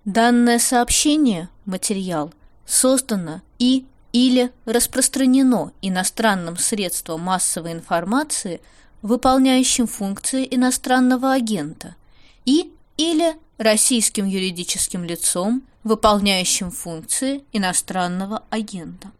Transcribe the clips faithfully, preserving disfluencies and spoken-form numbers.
Данное сообщение, материал, создано и или распространено иностранным средством массовой информации, выполняющим функции иностранного агента, и или российским юридическим лицом, выполняющим функции иностранного агента.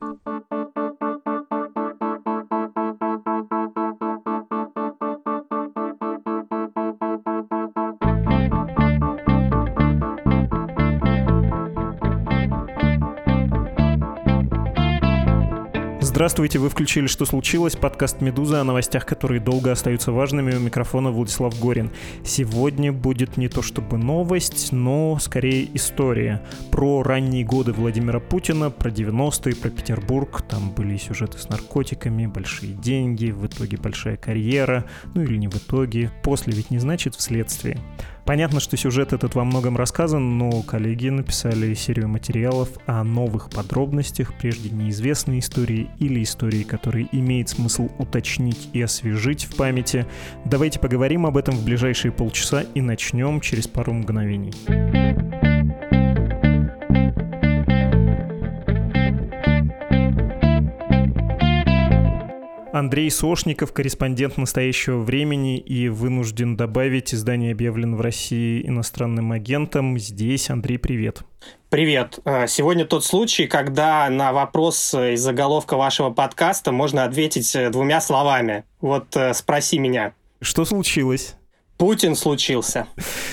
Здравствуйте, вы включили «Что случилось?» Подкаст «Медуза» о новостях, которые долго остаются важными. У микрофона Владислав Горин. Сегодня будет не то чтобы новость, но скорее история. Про ранние годы Владимира Путина, про девяностые, про Петербург. Там были сюжеты с наркотиками, большие деньги, в итоге большая карьера. Ну или не в итоге. После ведь не значит вследствие. Понятно, что сюжет этот во многом рассказан, но коллеги написали серию материалов о новых подробностях, прежде неизвестной истории или истории, которые имеет смысл уточнить и освежить в памяти. Давайте поговорим об этом в ближайшие полчаса и начнем через пару мгновений. Андрей Сошников, корреспондент «Настоящего времени», и вынужден добавить, издание объявлено в России иностранным агентом. Здесь, Андрей, привет. Привет. Сегодня тот случай, когда на вопрос из заголовка вашего подкаста можно ответить двумя словами. Вот спроси меня. Что случилось? Путин случился.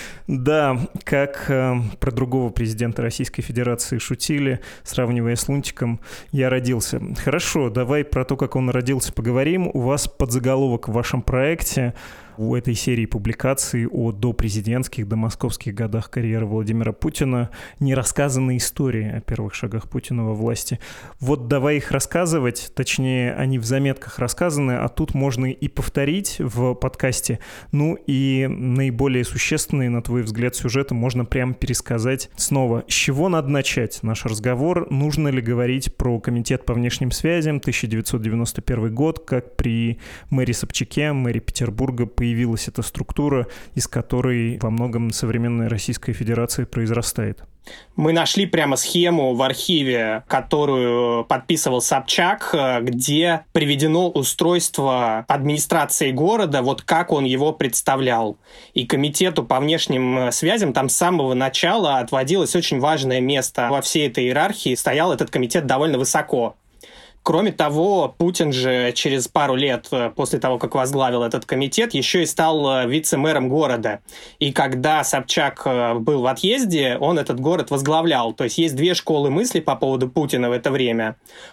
Да, как э, про другого президента Российской Федерации шутили, сравнивая с Лунтиком, я родился. Хорошо, давай про то, как он родился, поговорим. У вас подзаголовок в вашем проекте у этой серии публикаций о допрезидентских, домосковских годах карьеры Владимира Путина нерассказанные истории о первых шагах Путина во власти. Вот давай их рассказывать, точнее, они в заметках рассказаны, а тут можно и повторить в подкасте. Ну и наиболее существенные, на твой взгляд, сюжеты можно прямо пересказать снова. С чего надо начать наш разговор? Нужно ли говорить про Комитет по внешним связям, тысяча девятьсот девяносто первый год, как при мэре Собчаке, мэре Петербурга появилась эта структура, из которой во многом современная Российская Федерация произрастает? Мы нашли прямо схему в архиве, которую подписывал Собчак, где приведено устройство администрации города, вот как он его представлял. И комитету по внешним связям там с самого начала отводилось очень важное место. Во всей этой иерархии стоял этот комитет довольно высоко. Кроме того, Путин же через пару лет после того, как возглавил этот комитет, еще и стал вице-мэром города. И когда Собчак был в отъезде, он этот город возглавлял. То есть есть две школы мысли по поводу Путина в это время.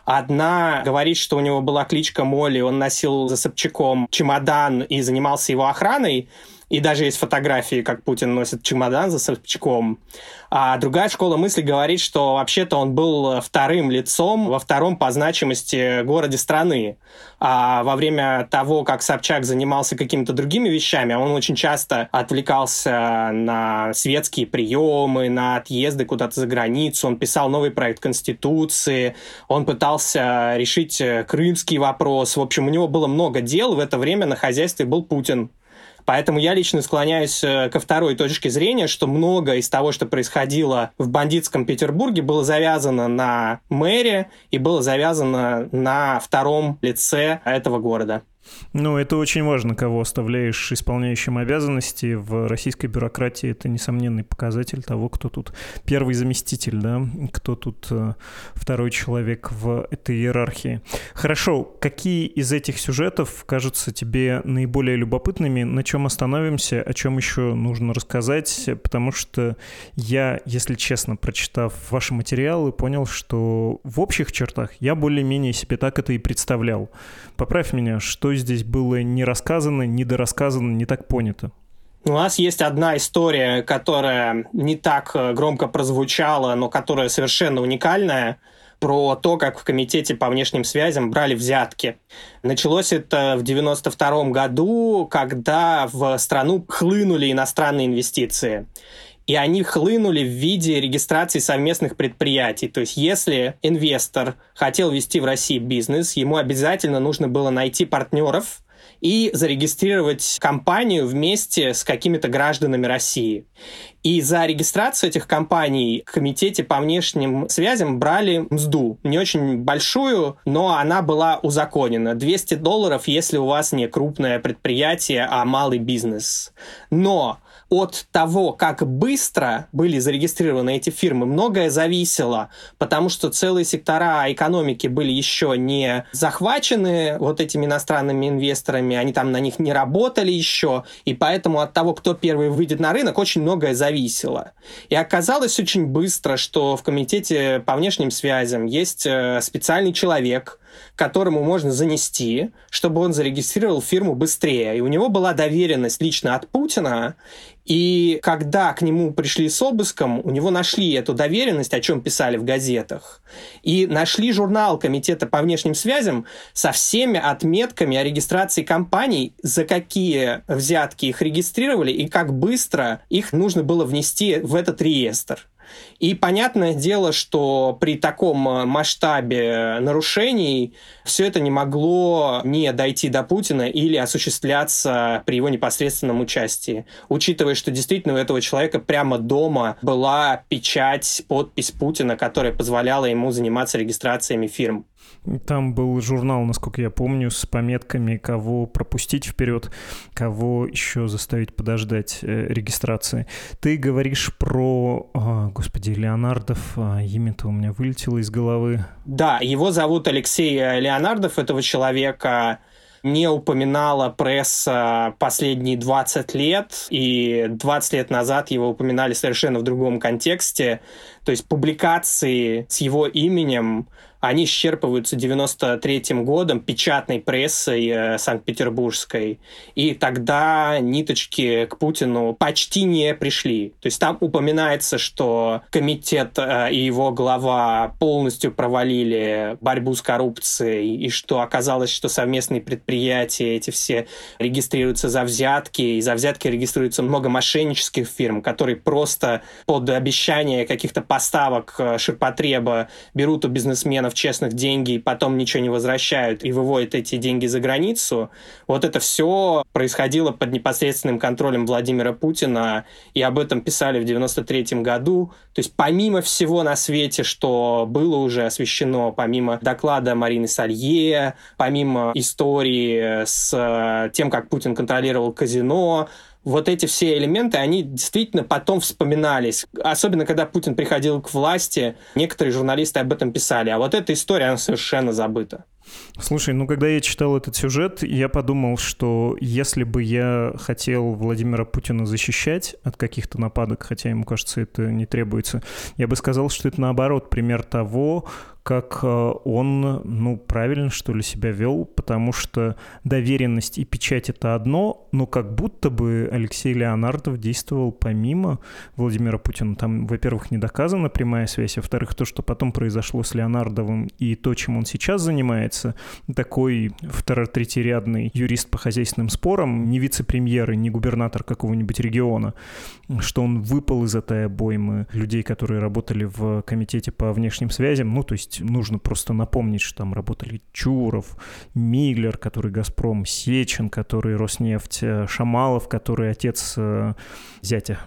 Одна говорит, что у него была кличка Молли, он носил за Собчаком чемодан и занимался его охраной. И даже есть фотографии, как Путин носит чемодан за Собчаком. А другая школа мысли говорит, что вообще-то он был вторым лицом во втором по значимости городе страны. А во время того, как Собчак занимался какими-то другими вещами, он очень часто отвлекался на светские приемы, на отъезды куда-то за границу. Он писал новый проект Конституции, он пытался решить крымский вопрос. В общем, у него было много дел. В это время на хозяйстве был Путин. Поэтому я лично склоняюсь ко второй точке зрения, что много из того, что происходило в бандитском Петербурге, было завязано на мэре и было завязано на втором лице этого города. Ну, это очень важно, кого оставляешь исполняющим обязанности. В российской бюрократии это несомненный показатель того, кто тут первый заместитель, да, кто тут э, второй человек в этой иерархии. Хорошо, какие из этих сюжетов кажутся тебе наиболее любопытными? На чем остановимся, о чем еще нужно рассказать? Потому что я, если честно, прочитав ваши материалы, понял, что в общих чертах я более-менее себе так это и представлял. Поправь меня, что здесь было не рассказано, недорассказано, не так понято? У нас есть одна история, которая не так громко прозвучала, но которая совершенно уникальная, про то, как в Комитете по внешним связям брали взятки. Началось это в девяносто втором году, когда в страну хлынули иностранные инвестиции. И они хлынули в виде регистрации совместных предприятий. То есть если инвестор хотел вести в России бизнес, ему обязательно нужно было найти партнеров и зарегистрировать компанию вместе с какими-то гражданами России. И за регистрацию этих компаний в Комитете по внешним связям брали мзду. Не очень большую, но она была узаконена. двести долларов, если у вас не крупное предприятие, а малый бизнес. Но от того, как быстро были зарегистрированы эти фирмы, многое зависело, потому что целые сектора экономики были еще не захвачены вот этими иностранными инвесторами, они там на них не работали еще, и поэтому от того, кто первый выйдет на рынок, очень многое зависело. И оказалось очень быстро, что в Комитете по внешним связям есть специальный человек, которому можно занести, чтобы он зарегистрировал фирму быстрее. И у него была доверенность лично от Путина, и когда к нему пришли с обыском, у него нашли эту доверенность, о чем писали в газетах, и нашли журнал Комитета по внешним связям со всеми отметками о регистрации компаний, за какие взятки их регистрировали и как быстро их нужно было внести в этот реестр. И понятное дело, что при таком масштабе нарушений все это не могло не дойти до Путина или осуществляться при его непосредственном участии. Учитывая, что действительно у этого человека прямо дома была печать, подпись Путина, которая позволяла ему заниматься регистрациями фирм. Там был журнал, насколько я помню, с пометками, кого пропустить вперед, кого еще заставить подождать э, регистрации. Ты говоришь про, о, господи, Леонардов, а, имя-то у меня вылетело из головы. Да, его зовут Алексей Леонардов, этого человека не упоминала пресса последние двадцать лет, и двадцать лет назад его упоминали совершенно в другом контексте. То есть публикации с его именем, они исчерпываются девяносто третьим годом печатной прессой э, санкт-петербургской. И тогда ниточки к Путину почти не пришли. То есть там упоминается, что комитет э, и его глава полностью провалили борьбу с коррупцией, и что оказалось, что совместные предприятия эти все регистрируются за взятки, и за взятки регистрируется много мошеннических фирм, которые просто под обещание каких-то поставок ширпотреба берут у бизнесменов честных деньги и потом ничего не возвращают и выводят эти деньги за границу. Вот это все происходило под непосредственным контролем Владимира Путина, и об этом писали в девяносто третьем году. То есть помимо всего на свете, что было уже освещено, помимо доклада Марины Салье, помимо истории с тем, как Путин контролировал казино, вот эти все элементы, они действительно потом вспоминались. Особенно, когда Путин приходил к власти, некоторые журналисты об этом писали. А вот эта история, она совершенно забыта. Слушай, ну когда я читал этот сюжет, я подумал, что если бы я хотел Владимира Путина защищать от каких-то нападок, хотя ему кажется, это не требуется, я бы сказал, что это наоборот пример того, как он, ну, правильно, что ли, себя вел, потому что доверенность и печать — это одно, но как будто бы Алексей Леонардов действовал помимо Владимира Путина. Там, во-первых, не доказана прямая связь, а во-вторых, то, что потом произошло с Леонардовым и то, чем он сейчас занимается, такой второ-третьерядный юрист по хозяйственным спорам, не вице-премьер и не губернатор какого-нибудь региона, что он выпал из этой обоймы людей, которые работали в Комитете по внешним связям, ну, то есть нужно просто напомнить, что там работали Чуров, Миллер, который «Газпром», Сечин, который «Роснефть», Шамалов, который отец э, зятя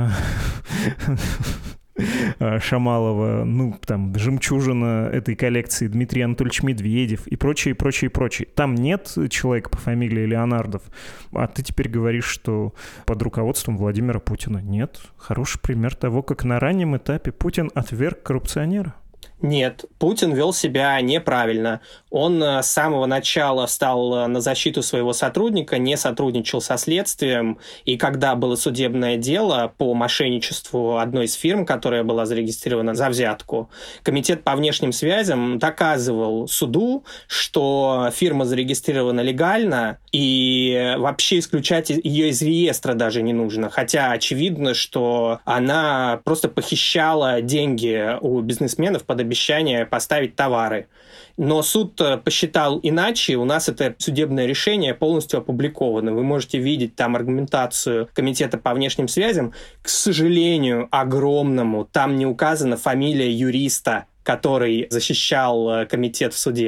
Шамалова, ну, там, жемчужина этой коллекции Дмитрий Анатольевич Медведев и прочее, прочее, прочее. Там нет человека по фамилии Леонардов, а ты теперь говоришь, что под руководством Владимира Путина. Нет. Хороший пример того, как на раннем этапе Путин отверг коррупционера. Нет, Путин вел себя неправильно. Он с самого начала встал на защиту своего сотрудника, не сотрудничал со следствием, и когда было судебное дело по мошенничеству одной из фирм, которая была зарегистрирована за взятку, Комитет по внешним связям доказывал суду, что фирма зарегистрирована легально, и вообще исключать ее из реестра даже не нужно. Хотя очевидно, что она просто похищала деньги у бизнесменов под обещание поставить товары. Но суд посчитал иначе, у нас это судебное решение полностью опубликовано. Вы можете видеть там аргументацию Комитета по внешним связям. К сожалению, огромному, там не указана фамилия юриста, который защищал комитет в суде.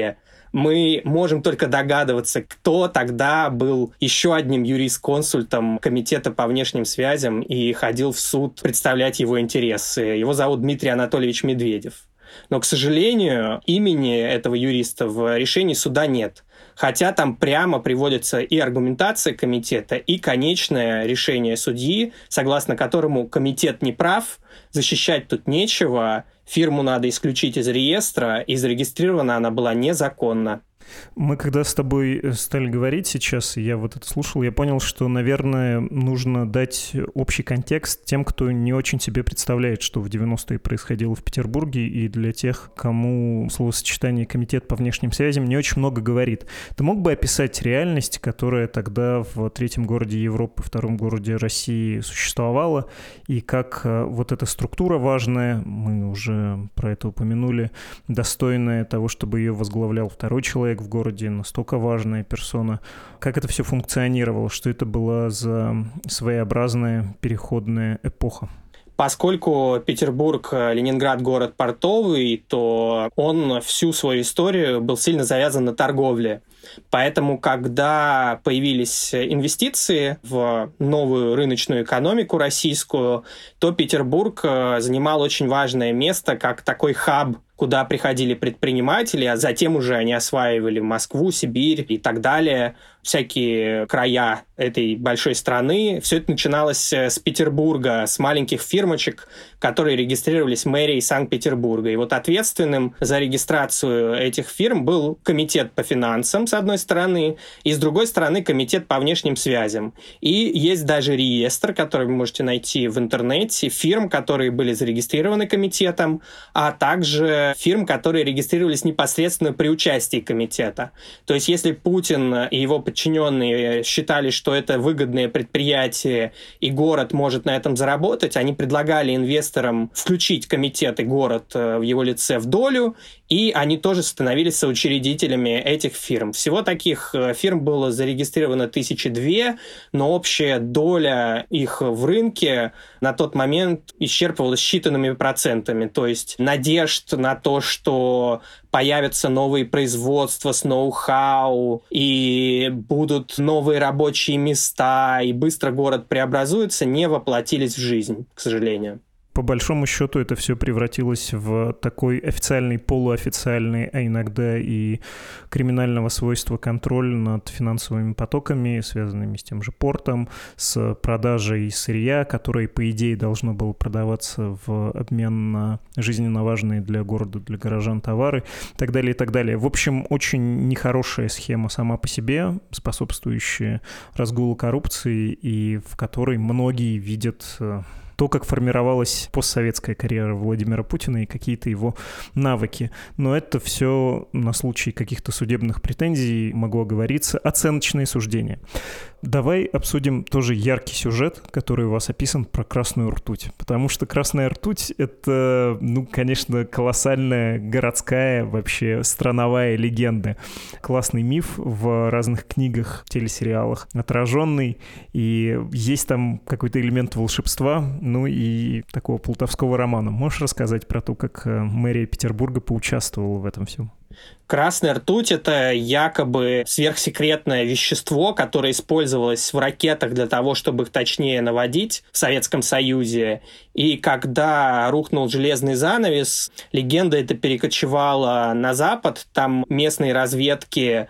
Мы можем только догадываться, кто тогда был еще одним юрисконсультом Комитета по внешним связям и ходил в суд представлять его интересы. Его зовут Дмитрий Анатольевич Медведев. Но, к сожалению, имени этого юриста в решении суда нет. Хотя там прямо приводится и аргументация комитета, и конечное решение судьи, согласно которому комитет не прав, защищать тут нечего, фирму надо исключить из реестра, и зарегистрирована она была незаконно. Мы когда с тобой стали говорить сейчас, я вот это слушал, я понял, что, наверное, нужно дать общий контекст тем, кто не очень себе представляет, что в девяностые происходило в Петербурге, и для тех, кому словосочетание «Комитет по внешним связям» не очень много говорит. Ты мог бы описать реальность, которая тогда в третьем городе Европы, втором городе России существовала, и как вот эта структура важная, мы уже про это упомянули, достойная того, чтобы ее возглавлял второй человек в городе, настолько важная персона. Как это все функционировало? Что это была за своеобразная переходная эпоха? Поскольку Петербург, Ленинград город портовый, то он всю свою историю был сильно завязан на торговле. Поэтому, когда появились инвестиции в новую рыночную экономику российскую, то Петербург занимал очень важное место как такой хаб, куда приходили предприниматели, а затем уже они осваивали Москву, Сибирь и так далее, всякие края этой большой страны. Все это начиналось с Петербурга, с маленьких фирмочек, которые регистрировались в мэрии Санкт-Петербурга. И вот ответственным за регистрацию этих фирм был комитет по финансам, с одной стороны, и с другой стороны комитет по внешним связям. И есть даже реестр, который вы можете найти в интернете, фирм, которые были зарегистрированы комитетом, а также фирм, которые регистрировались непосредственно при участии комитета. То есть если Путин и его подчиненные считали, что это выгодное предприятие и город может на этом заработать, они предлагали инвесторам включить комитет и город в его лице в долю, и они тоже становились соучредителями этих фирм. Всего таких фирм было зарегистрировано тысячи две, но общая доля их в рынке на тот момент исчерпывалась считанными процентами. То есть надежд на то, что появятся новые производства с ноу-хау, и будут новые рабочие места, и быстро город преобразуется, не воплотились в жизнь, к сожалению. По большому счету это все превратилось в такой официальный, полуофициальный, а иногда и криминального свойства контроль над финансовыми потоками, связанными с тем же портом, с продажей сырья, которое, по идее, должно было продаваться в обмен на жизненно важные для города, для горожан товары, и так далее, и так далее. В общем, очень нехорошая схема сама по себе, способствующая разгулу коррупции, и в которой многие видят то, как формировалась постсоветская карьера Владимира Путина и какие-то его навыки. Но это все на случай каких-то судебных претензий, могу оговориться, оценочные суждения. Давай обсудим тоже яркий сюжет, который у вас описан, про красную ртуть. Потому что красная ртуть — это, ну, конечно, колоссальная городская, вообще страновая легенда. Классный миф в разных книгах, телесериалах отраженный. И есть там какой-то элемент волшебства, ну и такого плутовского романа. Можешь рассказать про то, как мэрия Петербурга поучаствовала в этом всем? Красная ртуть – это якобы сверхсекретное вещество, которое использовалось в ракетах для того, чтобы их точнее наводить в Советском Союзе. И когда рухнул железный занавес, легенда эта перекочевала на Запад. Там местные разведки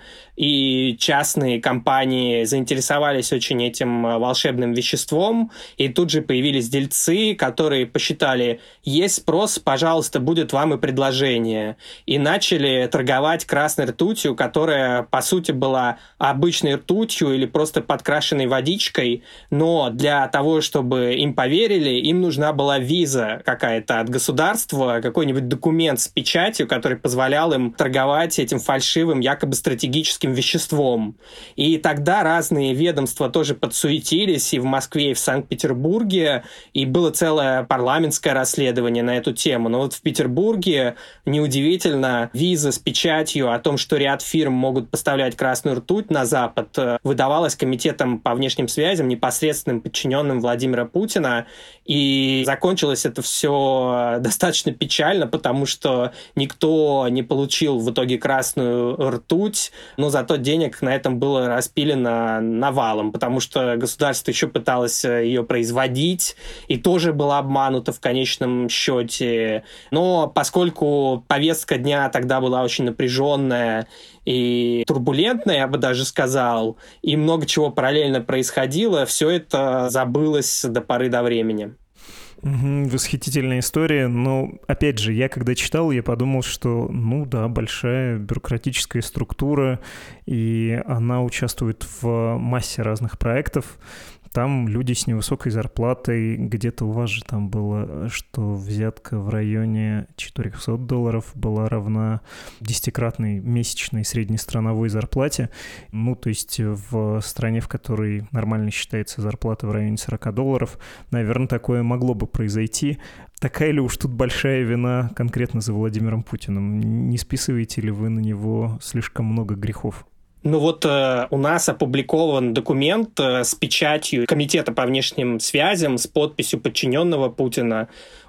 и частные компании заинтересовались очень этим волшебным веществом. И тут же появились дельцы, которые посчитали, есть спрос, пожалуйста, будет вам и предложение. И начали торговать красной ртутью, которая, по сути, была обычной ртутью или просто подкрашенной водичкой, но для того, чтобы им поверили, им нужна была виза какая-то от государства, какой-нибудь документ с печатью, который позволял им торговать этим фальшивым, якобы стратегическим веществом. И тогда разные ведомства тоже подсуетились и в Москве, и в Санкт-Петербурге, и было целое парламентское расследование на эту тему. Но вот в Петербурге, неудивительно, виза с печатью о том, что ряд фирм могут поставлять красную ртуть на Запад, выдавалась Комитетом по внешним связям, непосредственным подчиненным Владимира Путина. И закончилось это все достаточно печально, потому что никто не получил в итоге красную ртуть, но зато денег на этом было распилено навалом, потому что государство еще пыталось ее производить и тоже было обмануто в конечном счете. Но поскольку повестка дня тогда была очень напряженная и турбулентная, я бы даже сказал, и много чего параллельно происходило, все это забылось до поры до времени. Угу, восхитительная история, но, опять же, я когда читал, я подумал, что, ну да, большая бюрократическая структура, и она участвует в массе разных проектов. Там люди с невысокой зарплатой, где-то у вас же там было, что взятка в районе четыреста долларов была равна десятикратной месячной среднестрановой зарплате. Ну, то есть в стране, в которой нормально считается зарплата в районе сорок долларов, наверное, такое могло бы произойти. Такая ли уж тут большая вина конкретно за Владимиром Путиным? Не списываете ли вы на него слишком много грехов? Ну вот э, у нас опубликован документ э, с печатью Комитета по внешним связям, с подписью подчиненного Путина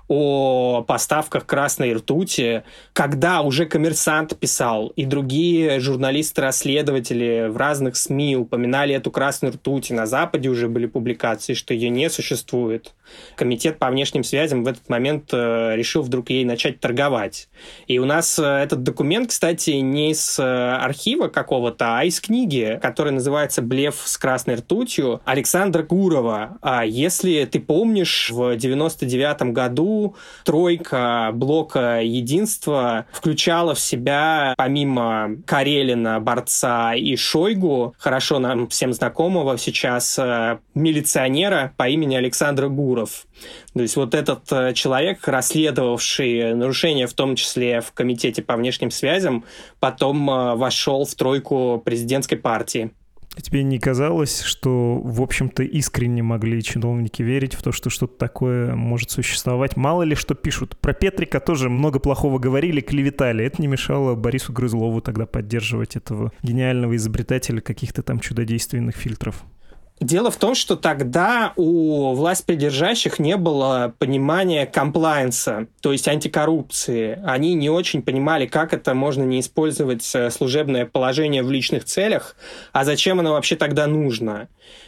о поставках красной ртути, когда уже «Коммерсант» писал, и другие журналисты-расследователи в разных СМИ упоминали эту красную ртуть, и на Западе уже были публикации, что ее не существует. Комитет по внешним связям в этот момент э, решил вдруг ей начать торговать. И у нас э, этот документ, кстати, не из э, архива какого-то, а из книги, которая называется «Блеф с красной ртутью» Александра Гурова. А если ты помнишь, в девяносто девятом году тройка блока «Единства» включала в себя, помимо Карелина, Борца и Шойгу, хорошо нам всем знакомого сейчас милиционера по имени Александр Гуров. То есть вот этот человек, расследовавший нарушения, в том числе в Комитете по внешним связям, потом вошел в тройку президентской партии. Тебе не казалось, что, в общем-то, искренне могли чиновники верить в то, что что-то такое может существовать? Мало ли что пишут. Про Петрика тоже много плохого говорили, клеветали. Это не мешало Борису Грызлову тогда поддерживать этого гениального изобретателя каких-то там чудодейственных фильтров. Дело в том, что тогда у властьпридержащих не было понимания комплаенса, то есть антикоррупции. Они не очень понимали, как это можно не использовать служебное положение в личных целях, а зачем оно вообще тогда нужно.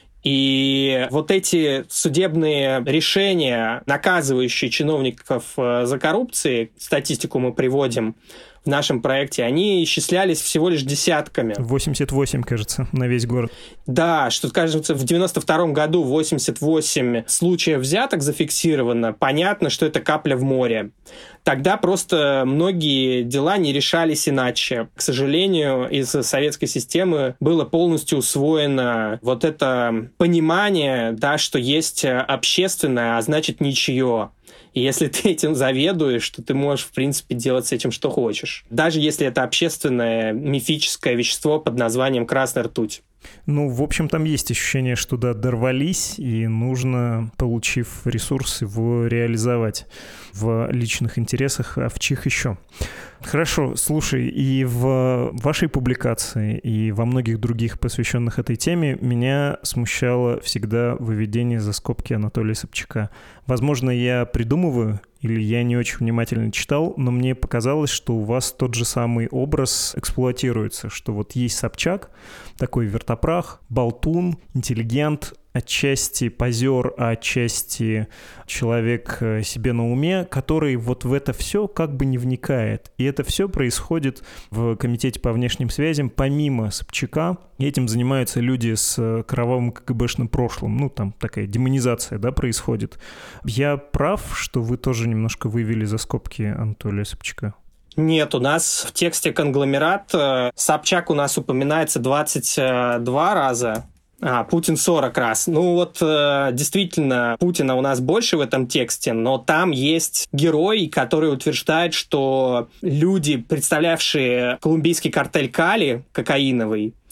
И вот эти судебные решения, наказывающие чиновников за коррупцию, статистику мы приводим в нашем проекте, они исчислялись всего лишь десятками. восемьдесят восемь, кажется, на весь город. Да, что, кажется, в девяносто втором году восемьдесят восемь случаев взяток зафиксировано. Понятно, что это капля в море. Тогда просто многие дела не решались иначе. К сожалению, из советской системы было полностью усвоено вот это понимание, да, что есть общественное, а значит ничье. И если ты этим заведуешь, то ты можешь, в принципе, делать с этим что хочешь. Даже если это общественное мифическое вещество под названием красная ртуть. Ну, в общем, там есть ощущение, что да, дорвались, и нужно, получив ресурс, его реализовать в личных интересах, а в чьих еще. Хорошо, слушай, и в вашей публикации, и во многих других, посвященных этой теме, меня смущало всегда выведение за скобки Анатолия Собчака. Возможно, я придумываю, или я не очень внимательно читал, но мне показалось, что у вас тот же самый образ эксплуатируется, что вот есть Собчак, такой вертопрах, болтун, интеллигент, отчасти позер, а отчасти человек себе на уме, который вот в это все как бы не вникает. И это все происходит в Комитете по внешним связям помимо Собчака. И этим занимаются люди с кровавым КГБшным прошлым. Ну, там такая демонизация, да, происходит. Я прав, что вы тоже немножко вывели за скобки Анатолия Собчака? Нет, у нас в тексте «Конгломерат» Собчак у нас упоминается двадцать два раза, а Путин сорок раз. Ну вот э, действительно, Путина у нас больше в этом тексте, но там есть герой, который утверждает, что люди, представлявшие колумбийский картель Кали, кокаиновый,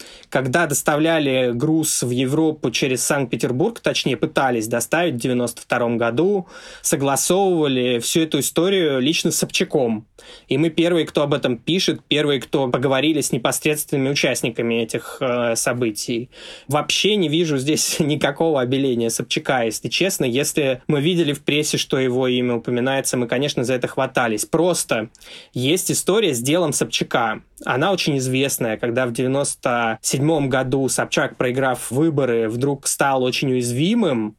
когда доставляли груз в Европу через Санкт-Петербург, точнее, пытались доставить в девяносто втором году, согласовывали всю эту историю лично с Собчаком. И мы первые, кто об этом пишет, первые, кто поговорили с непосредственными участниками этих э, событий. Вообще не вижу здесь никакого обеления Собчака, если честно. Если мы видели в прессе, что его имя упоминается, мы, конечно, за это хватались. Просто есть история с делом Собчака. Она очень известная, когда в девяносто седьмом году Собчак, проиграв выборы, вдруг стал очень уязвимым,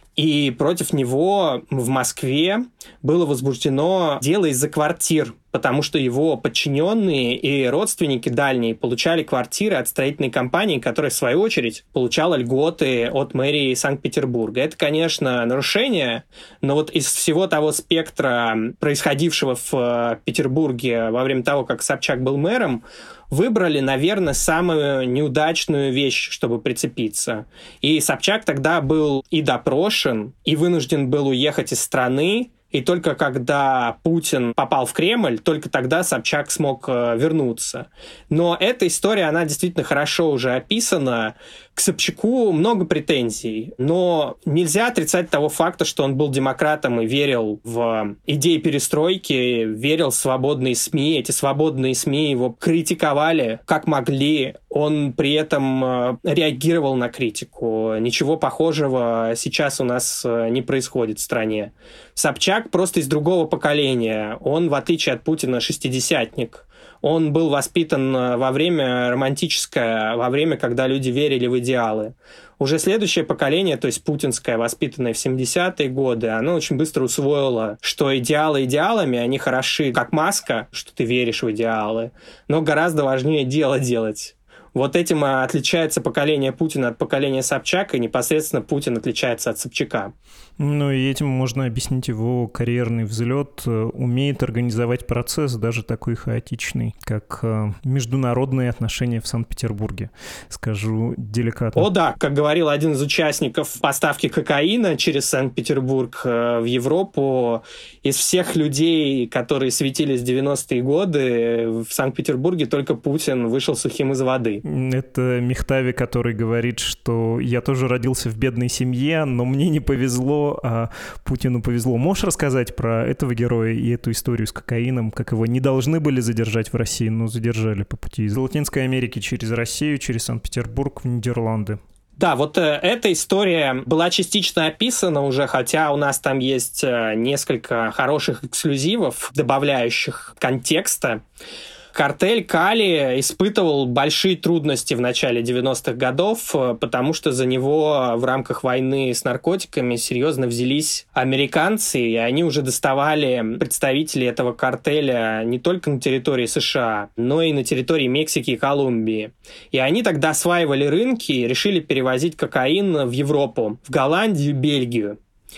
и против него в Москве было возбуждено дело из-за квартир, потому что его подчиненные и родственники дальние получали квартиры от строительной компании, которая, в свою очередь, получала льготы от мэрии Санкт-Петербурга. Это, конечно, нарушение, но вот из всего того спектра, происходившего в Петербурге во время того, как Собчак был мэром, выбрали, наверное, самую неудачную вещь, чтобы прицепиться. И Собчак тогда был и допрошен, и вынужден был уехать из страны, и только когда Путин попал в Кремль, только тогда Собчак смог вернуться. Но эта история, она действительно хорошо уже описана. К Собчаку много претензий, но нельзя отрицать того факта, что он был демократом и верил в идеи перестройки, верил в свободные СМИ. Эти свободные СМИ его критиковали как могли. Он при этом реагировал на критику. Ничего похожего сейчас у нас не происходит в стране. Собчак просто из другого поколения. Он, в отличие от Путина, шестидесятник. Он был воспитан во время романтическое, во время, когда люди верили в идеалы. Уже следующее поколение, то есть путинское, воспитанное в семидесятые годы, оно очень быстро усвоило, что идеалы идеалами, они хороши, как маска, что ты веришь в идеалы, но гораздо важнее дело делать. Вот этим отличается поколение Путина от поколения Собчака, и непосредственно Путин отличается от Собчака. Ну и этим можно объяснить его карьерный взлет. Умеет организовать процесс, даже такой хаотичный, как международные отношения в Санкт-Петербурге, скажу деликатно. О да, как говорил один из участников поставки кокаина через Санкт-Петербург в Европу, из всех людей, которые светились в девяностые годы, в Санкт-Петербурге только Путин вышел сухим из воды. Это Мехтави, который говорит, что я тоже родился в бедной семье, но мне не повезло, а Путину повезло. Можешь рассказать про этого героя и эту историю с кокаином, как его не должны были задержать в России, но задержали по пути из Латинской Америки через Россию, через Санкт-Петербург в Нидерланды? Да, вот э, эта история была частично описана уже, хотя у нас там есть э, несколько хороших эксклюзивов, добавляющих контекста. Картель Кали испытывал большие трудности в начале девяностых годов, потому что за него в рамках войны с наркотиками серьезно взялись американцы, и они уже доставали представителей этого картеля не только на территории США, но и на территории Мексики и Колумбии. И они тогда осваивали рынки и решили перевозить кокаин в Европу, в Голландию, Бельгию.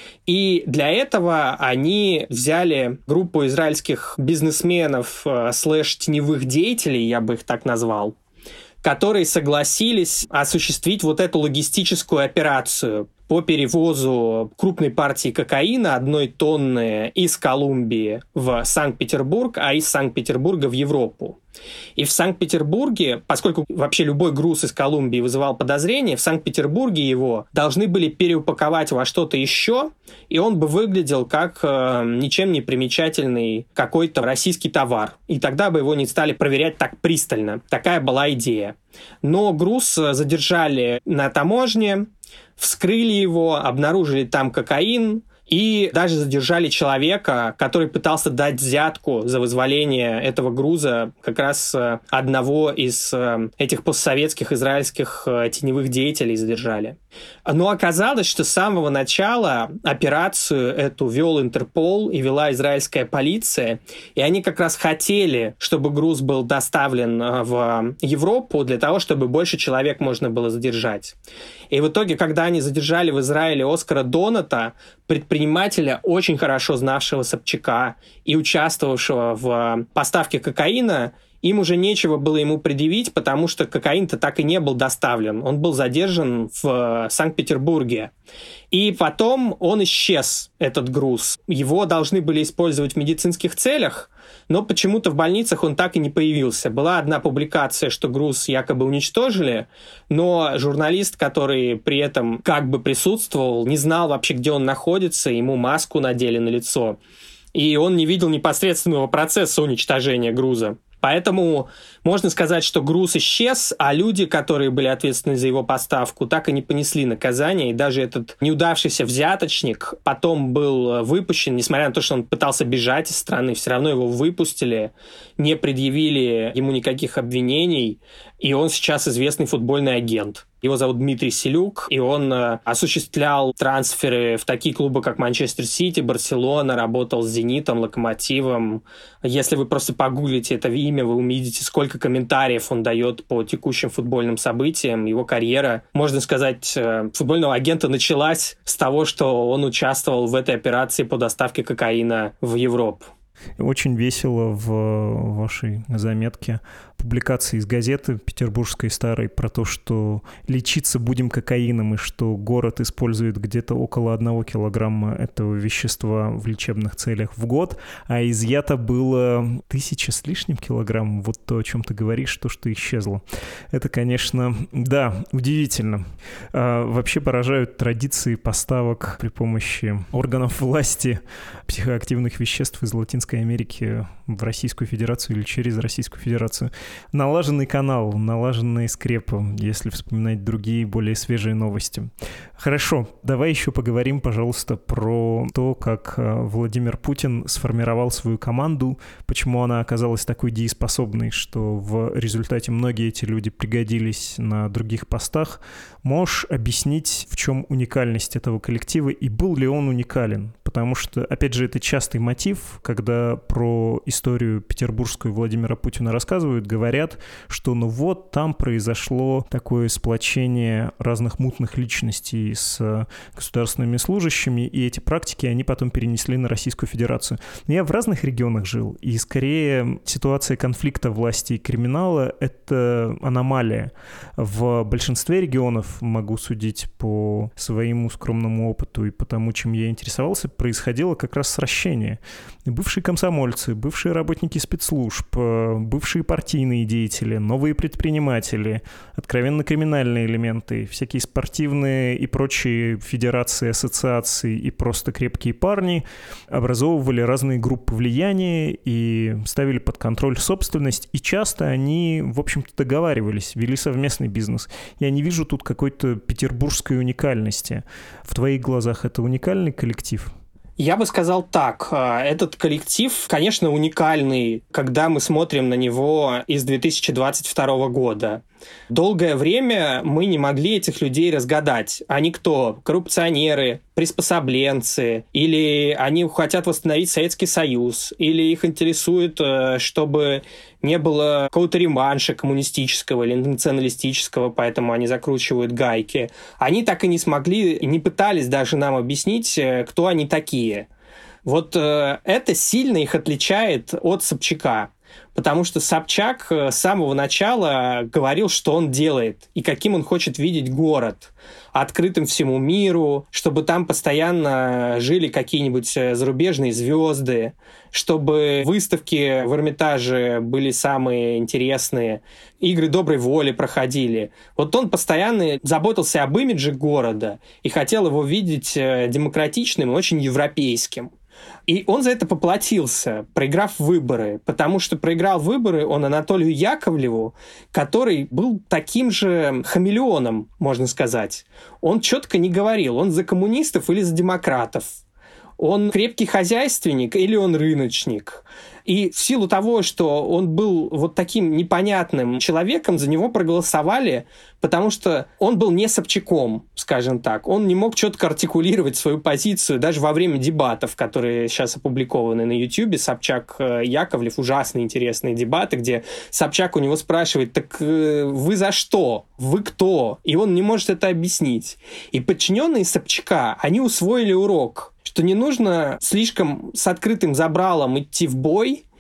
И для этого они взяли группу израильских бизнесменов слэш теневых деятелей, я бы их так назвал, которые согласились осуществить вот эту логистическую операцию по перевозу крупной партии кокаина, одной тонны из Колумбии в Санкт-Петербург, а из Санкт-Петербурга в Европу. И в Санкт-Петербурге, поскольку вообще любой груз из Колумбии вызывал подозрения, в Санкт-Петербурге его должны были переупаковать во что-то еще, и он бы выглядел как э, ничем не примечательный какой-то российский товар. И тогда бы его не стали проверять так пристально. Такая была идея. Но груз задержали на таможне, вскрыли его, обнаружили там кокаин, и даже задержали человека, который пытался дать взятку за вызволение этого груза, как раз одного из этих постсоветских израильских теневых деятелей задержали. Но оказалось, что с самого начала операцию эту вел Интерпол и вела израильская полиция, и они как раз хотели, чтобы груз был доставлен в Европу для того, чтобы больше человек можно было задержать. И в итоге, когда они задержали в Израиле Оскара Доната, предпринимателя, очень хорошо знавшего Собчака и участвовавшего в поставке кокаина, им уже нечего было ему предъявить, потому что кокаин-то так и не был доставлен. Он был задержан в Санкт-Петербурге. И потом он исчез, этот груз. Его должны были использовать в медицинских целях, но почему-то в больницах он так и не появился. Была одна публикация, что груз якобы уничтожили, но журналист, который при этом как бы присутствовал, не знал вообще, где он находится, ему маску надели на лицо. И он не видел непосредственного процесса уничтожения груза. Поэтому можно сказать, что груз исчез, а люди, которые были ответственны за его поставку, так и не понесли наказание. И даже этот неудавшийся взяточник потом был выпущен, несмотря на то, что он пытался бежать из страны, все равно его выпустили, не предъявили ему никаких обвинений, и он сейчас известный футбольный агент. Его зовут Дмитрий Селюк, и он э, осуществлял трансферы в такие клубы, как Манчестер Сити, Барселона, работал с Зенитом, Локомотивом. Если вы просто погуглите это имя, вы увидите, сколько комментариев он дает по текущим футбольным событиям. Его карьера, можно сказать, э, футбольного агента началась с того, что он участвовал в этой операции по доставке кокаина в Европу. Очень весело в вашей заметке публикации из газеты петербургской старой про то, что лечиться будем кокаином и что город использует где-то около одного килограмма этого вещества в лечебных целях в год, а изъято было тысяча с лишним килограмм. Вот то, о чем ты говоришь, то, что исчезло. Это, конечно, да, удивительно. А, вообще поражают традиции поставок при помощи органов власти психоактивных веществ из Латинской Америки в Российскую Федерацию или через Российскую Федерацию. Налаженный канал, налаженные скрепы, если вспоминать другие, более свежие новости. Хорошо, давай еще поговорим, пожалуйста, про то, как Владимир Путин сформировал свою команду, почему она оказалась такой дееспособной, что в результате многие эти люди пригодились на других постах. Можешь объяснить, в чем уникальность этого коллектива и был ли он уникален? Потому что, опять же, это частый мотив, когда про историю петербургскую Владимира Путина рассказывают, говорят, что ну вот там произошло такое сплочение разных мутных личностей с государственными служащими, и эти практики они потом перенесли на Российскую Федерацию. Но я в разных регионах жил, и скорее ситуация конфликта власти и криминала — это аномалия. В большинстве регионов, могу судить по своему скромному опыту и по тому, чем я интересовался, происходило как раз сращение. Бывшие комсомольцы, бывшие работники спецслужб, бывшие партийные деятели, новые предприниматели, откровенно криминальные элементы, всякие спортивные и прочие федерации, ассоциации и просто крепкие парни образовывали разные группы влияния и ставили под контроль собственность, и часто они, в общем-то, договаривались, вели совместный бизнес. Я не вижу тут какой-то петербургской уникальности. В твоих глазах это уникальный коллектив? Я бы сказал так. Этот коллектив, конечно, уникальный, когда мы смотрим на него из две тысячи двадцать второго года. Долгое время мы не могли этих людей разгадать. Они кто? Коррупционеры, приспособленцы, или они хотят восстановить Советский Союз, или их интересует, чтобы не было какого-то реманша коммунистического или националистического, поэтому они закручивают гайки. Они так и не смогли, и не пытались даже нам объяснить, кто они такие. Вот это сильно их отличает от Собчака. Потому что Собчак с самого начала говорил, что он делает и каким он хочет видеть город. Открытым всему миру, чтобы там постоянно жили какие-нибудь зарубежные звезды, чтобы выставки в Эрмитаже были самые интересные, игры доброй воли проходили. Вот он постоянно заботился об имидже города и хотел его видеть демократичным и очень европейским. И он за это поплатился, проиграв выборы, потому что проиграл выборы он Анатолию Яковлеву, который был таким же хамелеоном, можно сказать. Он четко не говорил, он за коммунистов или за демократов. Он крепкий хозяйственник или он рыночник. И в силу того, что он был вот таким непонятным человеком, за него проголосовали, потому что он был не Собчаком, скажем так. Он не мог четко артикулировать свою позицию даже во время дебатов, которые сейчас опубликованы на Ютьюбе. Собчак-Яковлев, ужасно интересные дебаты, где Собчак у него спрашивает: так вы за что? Вы кто? И он не может это объяснить. И подчиненные Собчака, они усвоили урок, что не нужно слишком с открытым забралом идти в бой,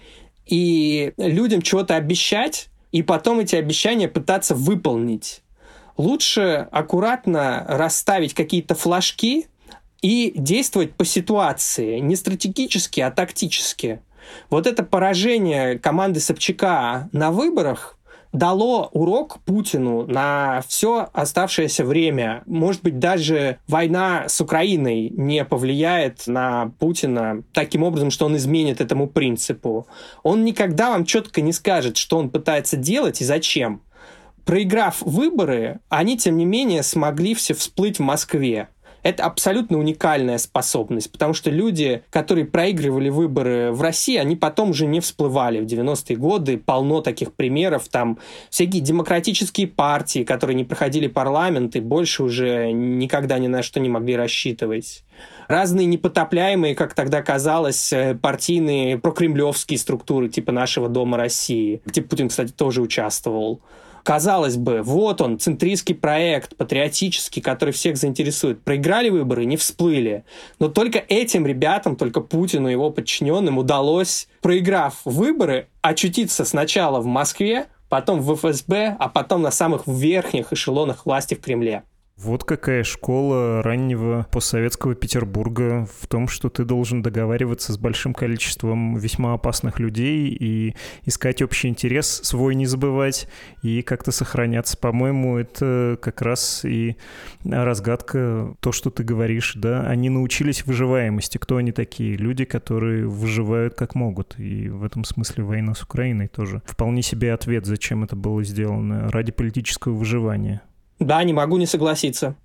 и людям чего-то обещать, и потом эти обещания пытаться выполнить. Лучше аккуратно расставить какие-то флажки и действовать по ситуации, не стратегически, а тактически. Вот это поражение команды Собчака на выборах дало урок Путину на все оставшееся время. Может быть, даже война с Украиной не повлияет на Путина таким образом, что он изменит этому принципу. Он никогда вам четко не скажет, что он пытается делать и зачем. Проиграв выборы, они, тем не менее, смогли все всплыть в Москве. Это абсолютно уникальная способность, потому что люди, которые проигрывали выборы в России, они потом уже не всплывали. В девяностые годы полно таких примеров. Там всякие демократические партии, которые не проходили парламент и больше уже никогда ни на что не могли рассчитывать. Разные непотопляемые, как тогда казалось, партийные прокремлевские структуры типа нашего Дома России, где Путин, кстати, тоже участвовал. Казалось бы, вот он, центристский проект, патриотический, который всех заинтересует. Проиграли выборы, не всплыли. Но только этим ребятам, только Путину и его подчиненным удалось, проиграв выборы, очутиться сначала в Москве, потом в эф эс бэ, а потом на самых верхних эшелонах власти в Кремле. Вот какая школа раннего постсоветского Петербурга в том, что ты должен договариваться с большим количеством весьма опасных людей и искать общий интерес, свой не забывать и как-то сохраняться. По-моему, это как раз и разгадка, то, что ты говоришь, да. Они научились выживаемости. Кто они такие? Люди, которые выживают как могут. И в этом смысле война с Украиной тоже вполне себе ответ, зачем это было сделано. Ради политического выживания. Да, не могу не согласиться.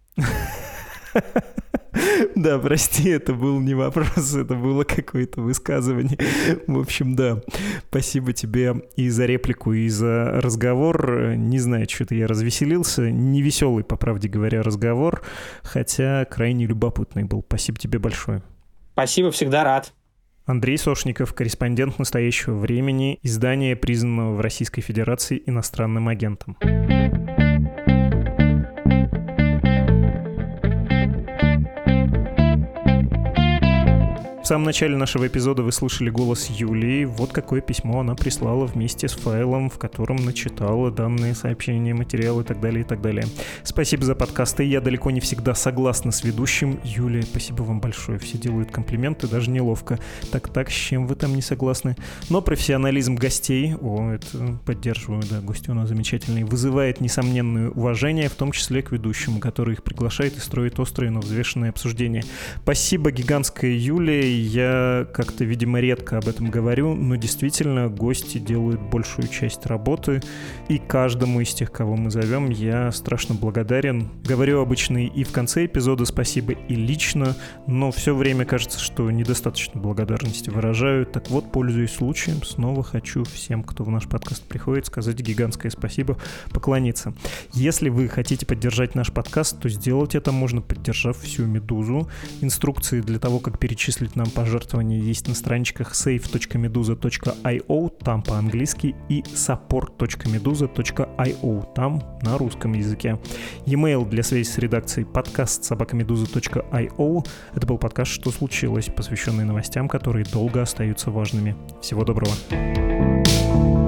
Да, прости, это был не вопрос, это было какое-то высказывание. В общем, да, спасибо тебе и за реплику, и за разговор. Не знаю, что-то я развеселился. Невеселый, по правде говоря, разговор, хотя крайне любопытный был. Спасибо тебе большое. Спасибо, всегда рад. Андрей Сошников, корреспондент «Настоящего времени», издание, признанного в Российской Федерации иностранным агентом. В самом начале нашего эпизода вы слышали голос Юлии. Вот какое письмо она прислала вместе с файлом, в котором начитала данные сообщения, материалы и так далее, и так далее. Спасибо за подкасты. Я далеко не всегда согласна с ведущим. Юлия, спасибо вам большое. Все делают комплименты, даже неловко. Так-так, с чем вы там не согласны? Но профессионализм гостей, о, это поддерживаю, да, гости у нас замечательные, вызывает несомненное уважение, в том числе к ведущему, который их приглашает и строит острые, но взвешенные обсуждения. Спасибо гигантское, Юлия. Я как-то, видимо, редко об этом говорю, но действительно гости делают большую часть работы, и каждому из тех, кого мы зовем, я страшно благодарен. Говорю обычно и в конце эпизода спасибо, и лично, но все время кажется, что недостаточно благодарности выражаю. Так вот, пользуясь случаем, снова хочу всем, кто в наш подкаст приходит, сказать гигантское спасибо, поклониться. Если вы хотите поддержать наш подкаст, то сделать это можно, поддержав всю «Медузу». Инструкции для того, как перечислить нам пожертвования, есть на страничках сейв точка медуза точка ай о, там по-английски, и support точка медуза точка ай о, там на русском языке. E-mail для связи с редакцией подкаст собака медуза точка ай о. Это был подкаст «Что случилось?», посвященный новостям, которые долго остаются важными. Всего доброго.